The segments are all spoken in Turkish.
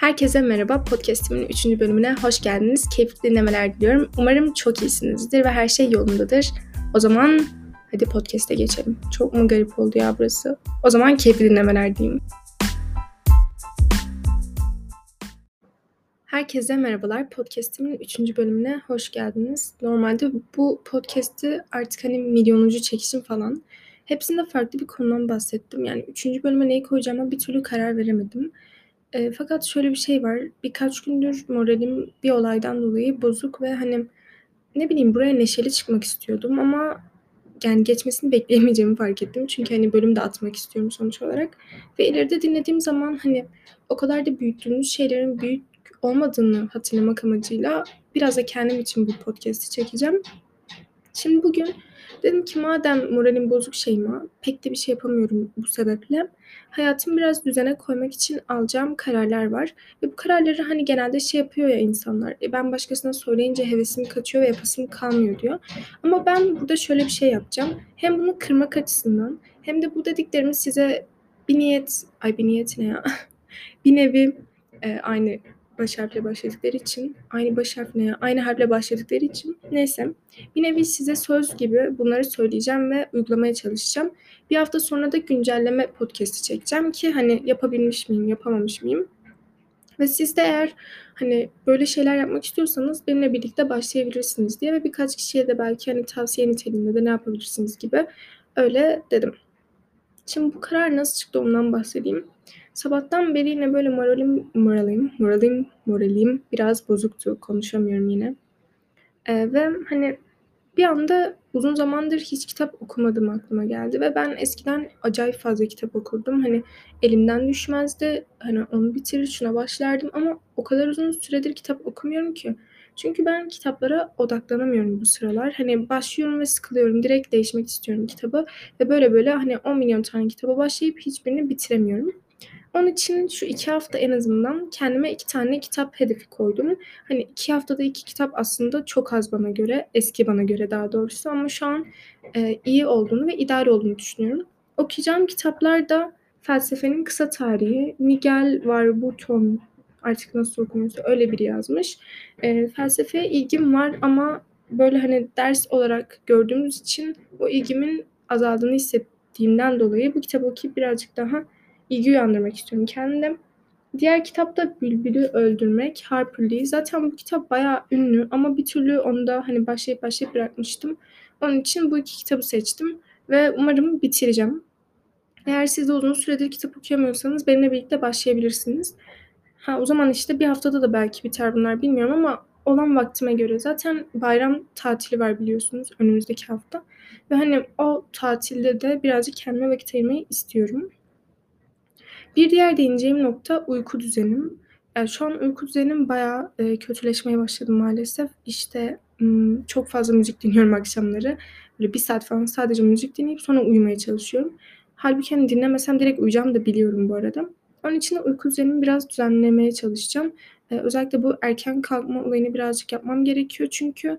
Herkese merhaba, podcast'imin 3. bölümüne hoş geldiniz. Keyifli dinlemeler diliyorum. Umarım çok iyisinizdir ve her şey yolundadır. O zaman hadi podcast'e geçelim. Çok mu garip oldu ya burası? O zaman keyifli dinlemeler diyeyim. Herkese merhabalar, podcast'imin 3. bölümüne hoş geldiniz. Normalde bu podcast'i artık milyonuncu çekişim falan. Hepsinde farklı bir konudan bahsettim. Yani 3. bölüme neyi koyacağıma bir türlü karar veremedim. Fakat şöyle bir şey var. Birkaç gündür moralim bir olaydan dolayı bozuk ve ne bileyim buraya neşeli çıkmak istiyordum ama yani geçmesini bekleyemeyeceğimi fark ettim. Çünkü bölüm de atmak istiyorum sonuç olarak. Ve ileride dinlediğim zaman o kadar da büyüttüğümüz şeylerin büyük olmadığını hatırlamak amacıyla biraz da kendim için bu podcast'i çekeceğim. Şimdi bugün dedim ki madem moralim bozuk Şeyma, pek de bir şey yapamıyorum bu sebeple. Hayatımı biraz düzene koymak için alacağım kararlar var. Ve bu kararları genelde yapıyor ya insanlar. Ben başkasına söyleyince hevesim kaçıyor ve yapasım kalmıyor diyor. Ama ben burada şöyle bir şey yapacağım. Hem bunu kırmak açısından hem de bu dediklerimi size bir niyet ne ya? Bir nevi aynı baş harfle başladıkları için, aynı baş harf ne ya? Aynı harfle başladıkları için neyse. Bir nevi size söz gibi bunları söyleyeceğim ve uygulamaya çalışacağım. Bir hafta sonra da güncelleme podcast'i çekeceğim ki yapabilmiş miyim, yapamamış mıyım? Ve siz de eğer böyle şeyler yapmak istiyorsanız benimle birlikte başlayabilirsiniz diye ve birkaç kişiye de belki tavsiye niteliğinde de ne yapabilirsiniz gibi öyle dedim. Şimdi bu karar nasıl çıktı ondan bahsedeyim. Sabahtan beri yine böyle moralim biraz bozuktu. Konuşamıyorum yine. Ve bir anda uzun zamandır hiç kitap okumadım aklıma geldi ve ben eskiden acayip fazla kitap okurdum. Elimden düşmezdi. Onu bitirir şuna başlardım ama o kadar uzun süredir kitap okumuyorum ki. Çünkü ben kitaplara odaklanamıyorum bu sıralar. Başlıyorum ve sıkılıyorum. Direkt değişmek istiyorum kitabı ve böyle 10 milyon tane kitaba başlayıp hiçbirini bitiremiyorum. Onun için şu 2 hafta en azından kendime 2 tane kitap hedefi koydum. 2 haftada 2 kitap aslında çok az bana göre, eski bana göre daha doğrusu ama şu an iyi olduğunu ve ideal olduğunu düşünüyorum. Okuyacağım kitaplar da felsefenin kısa tarihi, Miguel Warburton, artık nasıl okunuyorsa öyle biri yazmış. Felsefeye ilgim var ama böyle ders olarak gördüğümüz için o ilgimin azaldığını hissettiğimden dolayı bu kitabı okuyup birazcık daha ilgi uyandırmak istiyorum kendimde. Diğer kitap da Bülbülü Öldürmek, Harper Lee. Zaten bu kitap bayağı ünlü ama bir türlü onu da başlayıp bırakmıştım. Onun için bu 2 kitabı seçtim ve umarım bitireceğim. Eğer siz de uzun süredir kitap okuyamıyorsanız benimle birlikte başlayabilirsiniz. O zaman bir haftada da belki biter bunlar bilmiyorum ama olan vaktime göre zaten bayram tatili var biliyorsunuz önümüzdeki hafta. Ve o tatilde de birazcık kendime vakit ayırmayı istiyorum. Bir diğer değineceğim nokta uyku düzenim. Şu an uyku düzenim bayağı kötüleşmeye başladı maalesef. Çok fazla müzik dinliyorum akşamları. Böyle 1 saat falan sadece müzik dinleyip sonra uyumaya çalışıyorum. Hâlbuki dinlemesem direkt uyuyacağımı da biliyorum bu arada. Onun için de uyku düzenimi biraz düzenlemeye çalışacağım. Özellikle bu erken kalkma olayını birazcık yapmam gerekiyor çünkü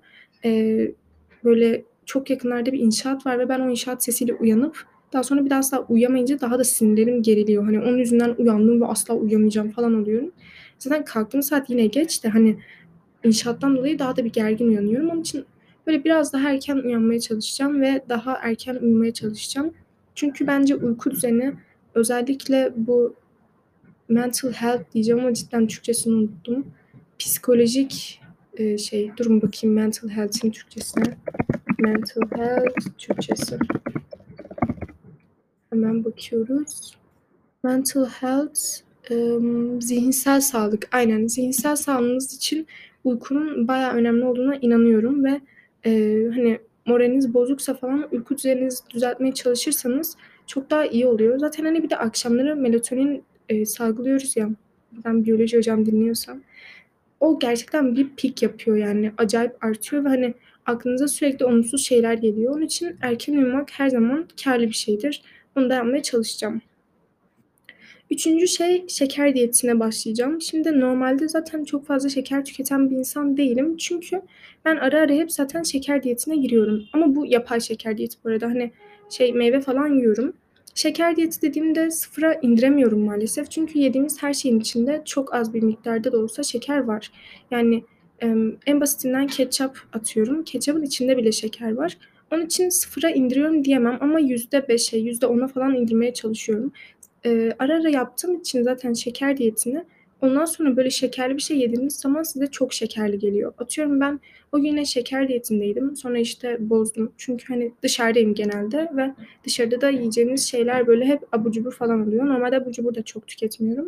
böyle çok yakınlarda bir inşaat var ve ben o inşaat sesiyle uyanıp daha sonra bir daha asla uyuyamayınca daha da sinirlerim geriliyor. Onun yüzünden uyandım ve asla uyuyamayacağım falan oluyorum. Zaten kalktığım saat yine geç de inşaattan dolayı daha da bir gergin uyanıyorum. Onun için böyle biraz daha erken uyanmaya çalışacağım ve daha erken uyumaya çalışacağım. Çünkü bence uyku düzeni özellikle bu mental health diyeceğim ama cidden Türkçesini unuttum. Psikolojik durun bakayım mental health'in Türkçesine. Mental health Türkçesi. Hemen bakıyoruz. Mental health, zihinsel sağlık. Aynen, zihinsel sağlığınız için uykunun bayağı önemli olduğuna inanıyorum ve moraliniz bozuksa falan uyku düzeninizi düzeltmeye çalışırsanız çok daha iyi oluyor. Zaten bir de akşamları melatonin salgılıyoruz ya. Ben biyoloji hocam dinliyorsam. O gerçekten bir peak yapıyor yani. Acayip artıyor ve aklınıza sürekli olumsuz şeyler geliyor. Onun için erken uyumak her zaman kârlı bir şeydir. Bunu da yapmaya çalışacağım. 3. şey şeker diyetine başlayacağım. Şimdi normalde zaten çok fazla şeker tüketen bir insan değilim. Çünkü ben ara ara hep zaten şeker diyetine giriyorum. Ama bu yapay şeker diyeti bu arada. Meyve falan yiyorum. Şeker diyeti dediğimde sıfıra indiremiyorum maalesef. Çünkü yediğimiz her şeyin içinde çok az bir miktarda da olsa şeker var. Yani en basitinden ketçap atıyorum. Ketçapın içinde bile şeker var. Onun için sıfıra indiriyorum diyemem ama %5'e, %10'a falan indirmeye çalışıyorum. Ara ara yaptığım için zaten şeker diyetini, ondan sonra böyle şekerli bir şey yediğiniz zaman size çok şekerli geliyor. Atıyorum ben o gün yine şeker diyetindeydim. Sonra işte bozdum. Çünkü hani dışarıdayım genelde ve dışarıda da yiyeceğiniz şeyler böyle hep abur cubur falan oluyor. Normalde abur cubur da çok tüketmiyorum.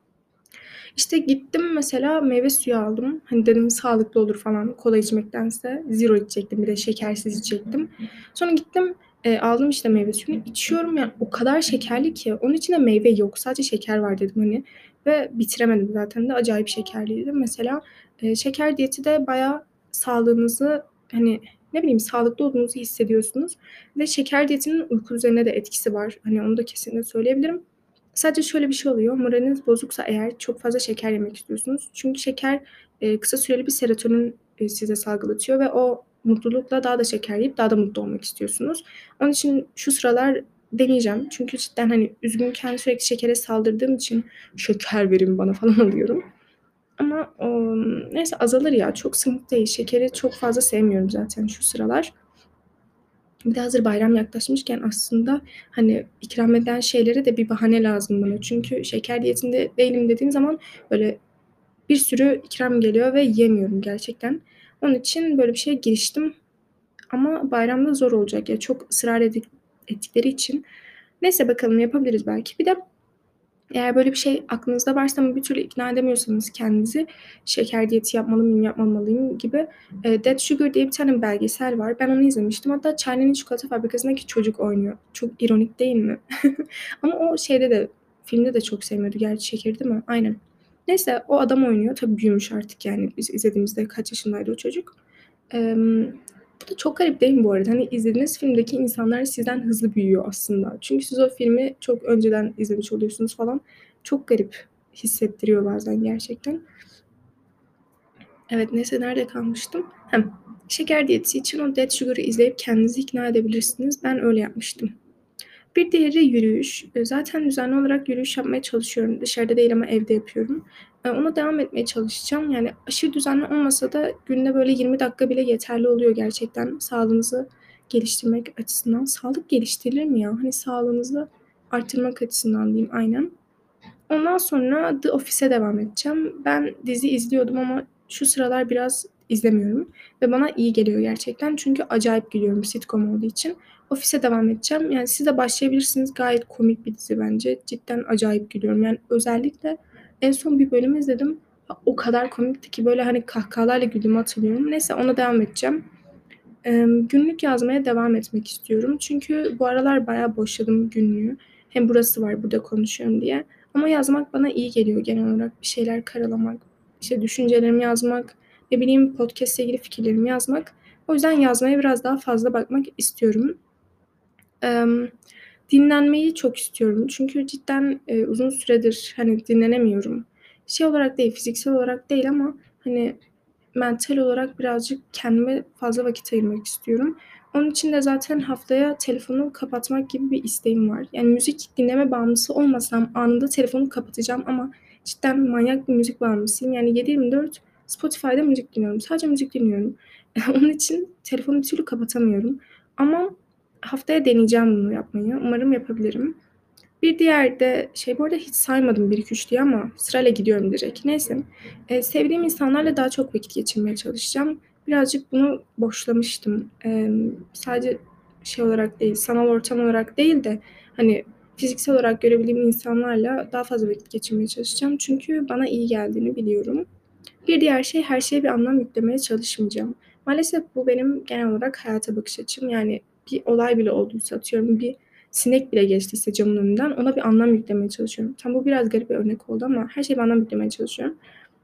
İşte gittim mesela meyve suyu aldım. Hani dedim sağlıklı olur falan kola içmektense. Zero içecektim, bir de şekersiz içecektim. Sonra gittim aldım işte meyve suyunu içiyorum, yani o kadar şekerli ki onun içinde meyve yok, sadece şeker var dedim hani ve bitiremedim, zaten de acayip şekerliydi. Mesela şeker diyeti de bayağı sağlığınızı, hani ne bileyim, sağlıklı olduğunuzu hissediyorsunuz ve şeker diyetinin uyku üzerine de etkisi var. Hani onu da kesinlikle söyleyebilirim. Sadece şöyle bir şey oluyor. Moraliniz bozuksa eğer çok fazla şeker yemek istiyorsunuz. Çünkü şeker kısa süreli bir serotonin size salgılatıyor ve o mutlulukla daha da şeker yiyip daha da mutlu olmak istiyorsunuz. Onun için şu sıralar deneyeceğim. Çünkü cidden hani üzgünken sürekli şekere saldırdığım için şeker verin bana falan alıyorum. Ama neyse azalır ya. Çok sıkıntı değil. Şekeri çok fazla sevmiyorum zaten şu sıralar. Bir de hazır bayram yaklaşmışken aslında hani ikram eden şeylere de bir bahane lazım bana. Çünkü şeker diyetinde değilim dediğim zaman böyle bir sürü ikram geliyor ve yiyemiyorum gerçekten. Onun için böyle bir şeye giriştim. Ama bayramda zor olacak ya, çok ısrar ettikleri için. Neyse bakalım, yapabiliriz belki. Bir de eğer böyle bir şey aklınızda varsa ama bir türlü ikna edemiyorsanız kendinizi, şeker diyeti yapmalı mıyım, yapmamalıyım gibi, Dead Sugar diye bir tane belgesel var. Ben onu izlemiştim. Hatta Charlie'nin çikolata fabrikasındaki çocuk oynuyor. Çok ironik değil mi? Ama o şeyde de, filmde de çok sevmiyordu gerçi şekeri, değil mi? Aynen. Neyse o adam oynuyor. Tabii büyümüş artık, yani biz izlediğimizde kaç yaşındaydı o çocuk. Bu da çok garip değil mi bu arada? Hani izlediğiniz filmdeki insanlar sizden hızlı büyüyor aslında. Çünkü siz o filmi çok önceden izlemiş oluyorsunuz falan. Çok garip hissettiriyor bazen gerçekten. Evet, neyse nerede kalmıştım? Hem şeker diyeti için o Dead Sugar'ı izleyip kendinizi ikna edebilirsiniz. Ben öyle yapmıştım. Bir diğeri yürüyüş. Zaten düzenli olarak yürüyüş yapmaya çalışıyorum. Dışarıda değil ama evde yapıyorum. Ona devam etmeye çalışacağım. Yani aşırı düzenli olmasa da günde böyle 20 dakika bile yeterli oluyor gerçekten. Sağlığınızı geliştirmek açısından. Sağlık geliştirilir mi ya? Hani sağlığınızı arttırmak açısından diyeyim, aynen. Ondan sonra The Office'e devam edeceğim. Ben dizi izliyordum ama şu sıralar biraz izlemiyorum ve bana iyi geliyor gerçekten. Çünkü acayip gülüyorum sitcom olduğu için. Office'e devam edeceğim. Yani siz de başlayabilirsiniz. Gayet komik bir dizi bence. Cidden acayip gülüyorum. Yani özellikle en son bir bölüm izledim. O kadar komikti ki böyle hani kahkahalarla güldüğümü hatırlıyorum. Neyse ona devam edeceğim. Günlük yazmaya devam etmek istiyorum. Çünkü bu aralar bayağı boşladım günlüğü. Hem burası var, burada konuşuyorum diye. Ama yazmak bana iyi geliyor genel olarak. Bir şeyler karalamak, işte düşüncelerimi yazmak, ne bileyim podcast'le ilgili fikirlerimi yazmak. O yüzden yazmaya biraz daha fazla bakmak istiyorum. Emm, Dinlenmeyi çok istiyorum. Çünkü cidden uzun süredir hani dinlenemiyorum. Şey olarak değil, fiziksel olarak değil ama hani mental olarak birazcık kendime fazla vakit ayırmak istiyorum. Onun için de zaten haftaya telefonu kapatmak gibi bir isteğim var. Yani müzik dinleme bağımlısı olmasam anında telefonu kapatacağım ama cidden manyak bir müzik bağımlısıyım. Yani 7/24 Spotify'da müzik dinliyorum. Sadece müzik dinliyorum. Onun için telefonu bir türlü kapatamıyorum. Ama haftaya deneyeceğim bunu yapmayı. Umarım yapabilirim. Bir diğer de şey, bu arada hiç saymadım 1 2 3 diye ama sırayla gidiyorum direkt. Neyse. Sevdiğim insanlarla daha çok vakit geçirmeye çalışacağım. Birazcık bunu boşlamıştım. Sadece şey olarak değil, sanal ortam olarak değil de hani fiziksel olarak görebildiğim insanlarla daha fazla vakit geçirmeye çalışacağım. Çünkü bana iyi geldiğini biliyorum. Bir diğer şey, her şeye bir anlam yüklemeye çalışmayacağım. Maalesef bu benim genel olarak hayata bakış açım. Yani bir olay bile olduysa, atıyorum bir sinek bile geçtiyse camın önünden ona bir anlam yüklemeye çalışıyorum. Tam bu biraz garip bir örnek oldu ama her şeye bir anlam yüklemeye çalışıyorum.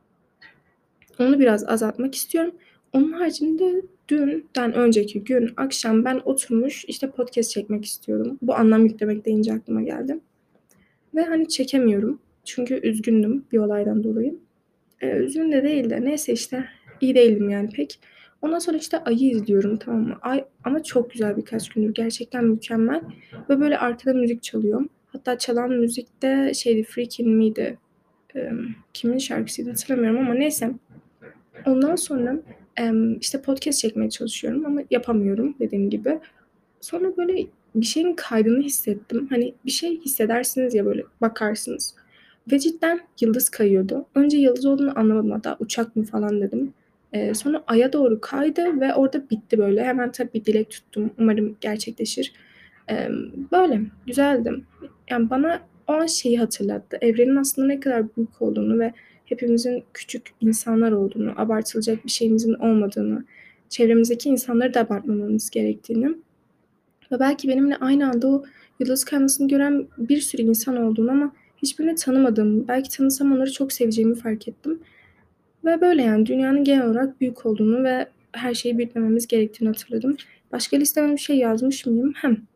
Onu biraz azaltmak istiyorum. Onun haricinde dünden önceki gün akşam ben oturmuş işte podcast çekmek istiyorum. Bu anlam yüklemek deyince aklıma geldi. Ve hani çekemiyorum. Çünkü üzgündüm bir olaydan dolayı. Üzgün de değil de neyse işte iyi değildim yani pek. Ondan sonra işte Ay'ı izliyorum, tamam mı? Ay ama çok güzel birkaç gündür. Gerçekten mükemmel. Ve böyle arkada müzik çalıyor. Hatta çalan müzik de şeydi, Freakin' Me'di. Kimin şarkısıydı hatırlamıyorum ama neyse. Ondan sonra işte podcast çekmeye çalışıyorum ama yapamıyorum dediğim gibi. Sonra böyle bir şeyin kaydığını hissettim. Hani bir şey hissedersiniz ya, böyle bakarsınız. Ve cidden yıldız kayıyordu. Önce yıldız olduğunu anlamadım, hatta uçak mı falan dedim. Sonra Ay'a doğru kaydı ve orada bitti böyle. Hemen tabii bir dilek tuttum. Umarım gerçekleşir. Böyle güzeldi. Yani bana o an şeyi hatırlattı. Evrenin aslında ne kadar büyük olduğunu ve hepimizin küçük insanlar olduğunu, abartılacak bir şeyimizin olmadığını, çevremizdeki insanları da abartmamamız gerektiğini ve belki benimle aynı anda o yıldız kaymasını gören bir sürü insan olduğunu ama hiçbirini tanımadığımı, belki tanısam onları çok seveceğimi fark ettim. Ve böyle yani dünyanın genel olarak büyük olduğunu ve her şeyi bilmememiz gerektiğini hatırladım. Başka listeme bir şey yazmış mıyım?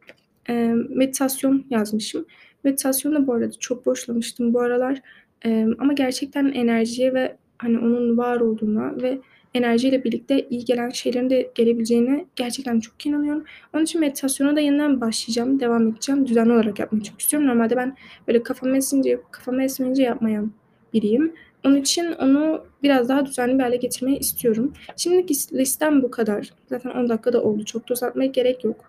Meditasyon yazmışım. Meditasyonu da bu arada çok boşlamıştım bu aralar. Ama gerçekten enerjiye ve hani onun var olduğuna ve enerjiyle birlikte iyi gelen şeylerin de gelebileceğine gerçekten çok inanıyorum. Onun için meditasyona da yeniden başlayacağım, devam edeceğim. Düzenli olarak yapmayı çok istiyorum. Normalde ben böyle kafamı esmeyince yapmayan biriyim. Onun için onu biraz daha düzenli bir hale getirmeyi istiyorum. Şimdilik listem bu kadar. Zaten 10 dakikada oldu. Çok da uzatmaya gerek yok.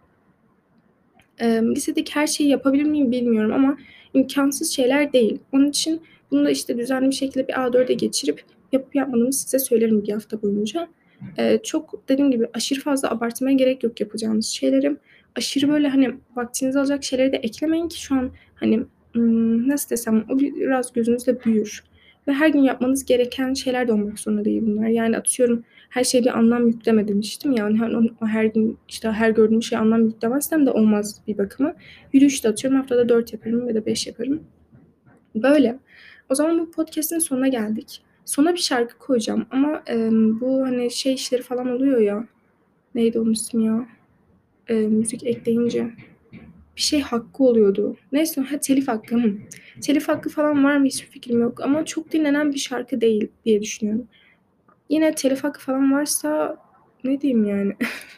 Lisedeki her şeyi yapabilir miyim bilmiyorum ama imkansız şeyler değil. Onun için bunu da işte düzenli bir şekilde bir A4'e geçirip yapıp yapmadığımı size söylerim bir hafta boyunca. Çok dediğim gibi aşırı fazla abartmaya gerek yok yapacağınız şeyleri. Aşırı böyle hani vaktinizi alacak şeyleri de eklemeyin ki şu an hani nasıl desem o biraz gözünüzde büyür. Ve her gün yapmanız gereken şeyler de olmak zorunda değil bunlar. Yani atıyorum her şeye bir anlam yükleme demiştim ya. Yani her gün işte her gördüğüm şeye anlam yüklemezsem de olmaz bir bakıma. Yürüyüş de atıyorum haftada 4 yaparım ya da 5 yaparım. Böyle. O zaman bu podcast'in sonuna geldik. Sona bir şarkı koyacağım ama bu hani şey işleri falan oluyor ya. Neydi onun ismi ya? Müzik ekleyince. Bir şey hakkı oluyordu. Neyse, telif hakkı. Telif hakkı falan var mı hiçbir fikrim yok ama çok dinlenen bir şarkı değil diye düşünüyorum. Yine telif hakkı falan varsa ne diyeyim yani.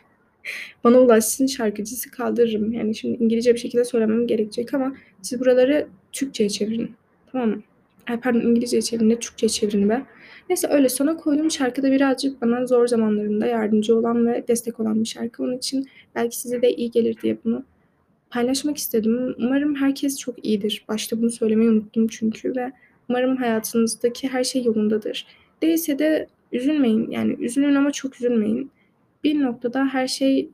Bana ulaşsın, şarkıcısı kaldırırım. Yani şimdi İngilizce bir şekilde söylemem gerekecek ama siz buraları Türkçe'ye çevirin. Tamam mı? Ay pardon, İngilizce'ye çevirin de Türkçe'ye çevirin be. Neyse, öyle sona koyduğum şarkıda birazcık bana zor zamanlarımda yardımcı olan ve destek olan bir şarkı. Onun için belki size de iyi gelir diye bunu paylaşmak istedim. Umarım herkes çok iyidir. Başta bunu söylemeyi unuttum çünkü ve umarım hayatınızdaki her şey yolundadır. Değilse de üzülmeyin. Yani üzülün ama çok üzülmeyin. Bir noktada her şey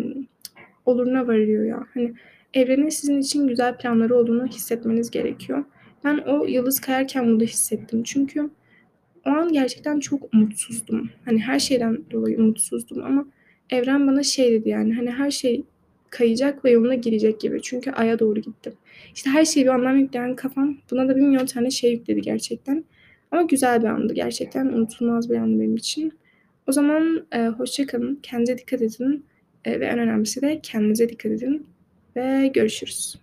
oluruna varıyor ya. Hani evrenin sizin için güzel planları olduğunu hissetmeniz gerekiyor. Ben o yıldız kayarken bunu da hissettim. Çünkü o an gerçekten çok umutsuzdum. Hani her şeyden dolayı umutsuzdum ama evren bana şey dedi, yani hani her şey kayacak ve yoluna girecek gibi. Çünkü Ay'a doğru gittim. İşte her şeye bir anlam yükleyen kafam buna da bir milyon tane şey yükledi gerçekten. Ama güzel bir andı. Gerçekten unutulmaz bir andı benim için. O zaman hoşça kalın. Kendinize dikkat edin. Ve en önemlisi de kendinize dikkat edin. Ve görüşürüz.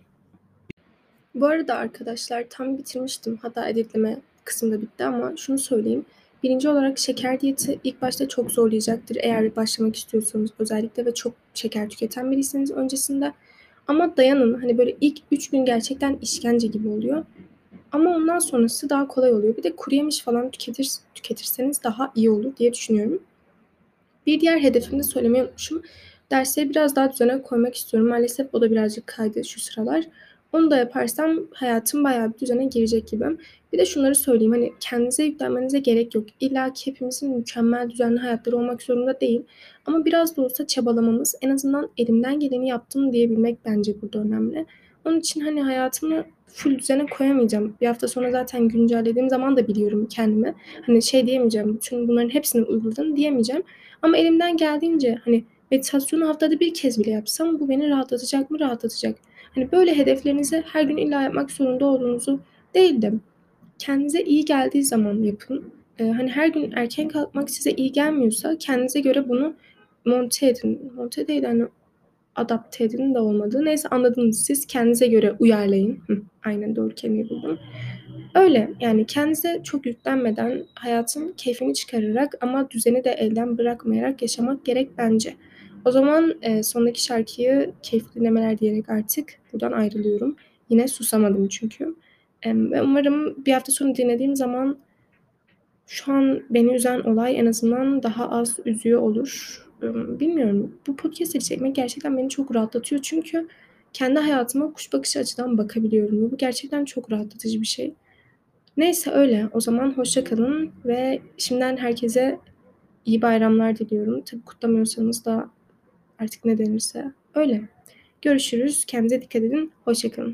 Bu arada arkadaşlar tam bitirmiştim. Hatta editleme kısmı da bitti ama şunu söyleyeyim. Birinci olarak şeker diyeti ilk başta çok zorlayacaktır eğer başlamak istiyorsanız özellikle ve çok şeker tüketen biriyseniz öncesinde. Ama dayanın, hani böyle ilk 3 gün gerçekten işkence gibi oluyor. Ama ondan sonrası daha kolay oluyor. Bir de kuru yemiş falan tüketirseniz daha iyi olur diye düşünüyorum. Bir diğer hedefimi de söylemeyi unutmuşum. Dersleri biraz daha düzene koymak istiyorum. Maalesef o da birazcık kaydı şu sıralar. Onu da yaparsam hayatım bayağı bir düzene girecek gibi. Bir de şunları söyleyeyim. Hani kendinize yüklenmenize gerek yok. İlla ki hepimizin mükemmel düzenli hayatları olmak zorunda değil. Ama biraz da olsa çabalamamız, en azından elimden geleni yaptım diyebilmek bence burada önemli. Onun için hani hayatımı full düzene koyamayacağım. Bir hafta sonra zaten güncellediğim zaman da biliyorum kendimi. Hani şey diyemeyeceğim, bütün bunların hepsini uyguladım diyemeyeceğim. Ama elimden geldiğince hani meditasyonu haftada bir kez bile yapsam bu beni rahatlatacak mı? Rahatlatacak. Hani böyle hedeflerinizi her gün illa yapmak zorunda olduğunuzu değil de kendinize iyi geldiği zaman yapın. Hani her gün erken kalkmak size iyi gelmiyorsa kendinize göre bunu monte edin. Monte değil, hani adapte edin de olmadı. Neyse, anladınız siz. Kendinize göre uyarlayın. Aynen, doğru kelimeyi buldum. Öyle, yani kendinize çok yüklenmeden, hayatın keyfini çıkararak ama düzeni de elden bırakmayarak yaşamak gerek bence. O zaman, sondaki şarkıyı keyifli dinlemeler diyerek artık buradan ayrılıyorum. Yine susamadım çünkü. Ve umarım bir hafta sonra dinlediğim zaman şu an beni üzen olay en azından daha az üzüyor olur. Bilmiyorum. Bu podcast'leri çekmek gerçekten beni çok rahatlatıyor. Çünkü kendi hayatıma kuş bakışı açıdan bakabiliyorum ve bu gerçekten çok rahatlatıcı bir şey. Neyse öyle. O zaman hoşça kalın ve şimdiden herkese iyi bayramlar diliyorum. Tabii kutlamıyorsanız da artık ne denirse öyle. Görüşürüz. Kendinize dikkat edin. Hoşça kalın.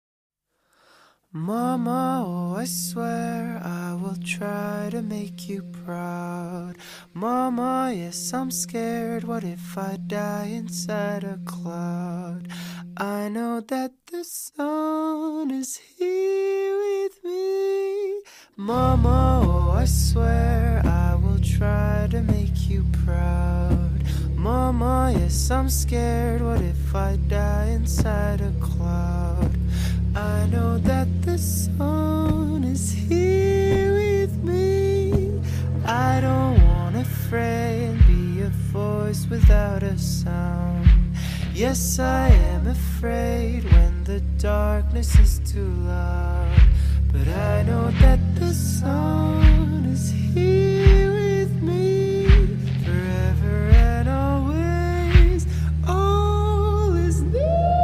Mama, oh, I swear I will try to make you proud. Mama, yes, I'm scared. What if I die inside a cloud? I know that the sun is here with me. Mama, oh, I swear I will try to make you proud. Mama, yes, I'm scared. What if I die inside a cloud? I know that the sun is here with me. I don't wanna fray and be a voice without a sound. Yes, I am afraid when the darkness is too loud. But I know that the sun is here with me forever and always. All is new.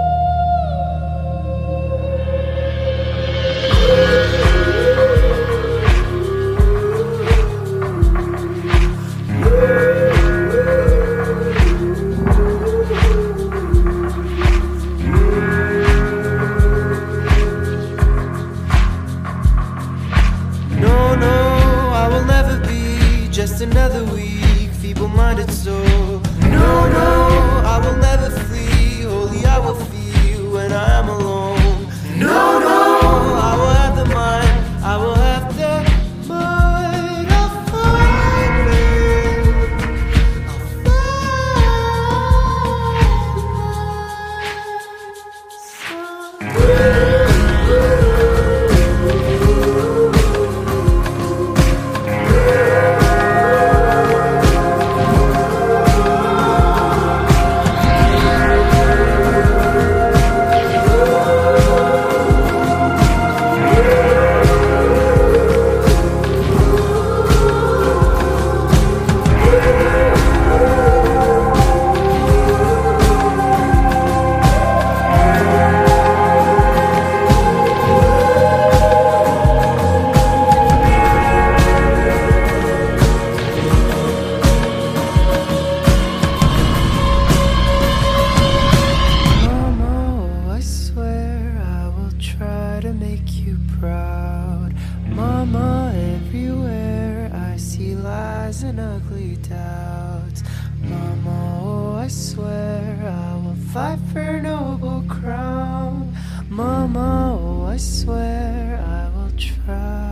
Just another weak, feeble-minded soul. No, no, I will never flee. Holy, I will feel when I am alone. No, no, I will have the mind. I will have the mind. I'll find it. I'll and ugly doubts. Mama, oh, I swear I will fight for a noble crown. Mama, oh, I swear I will try.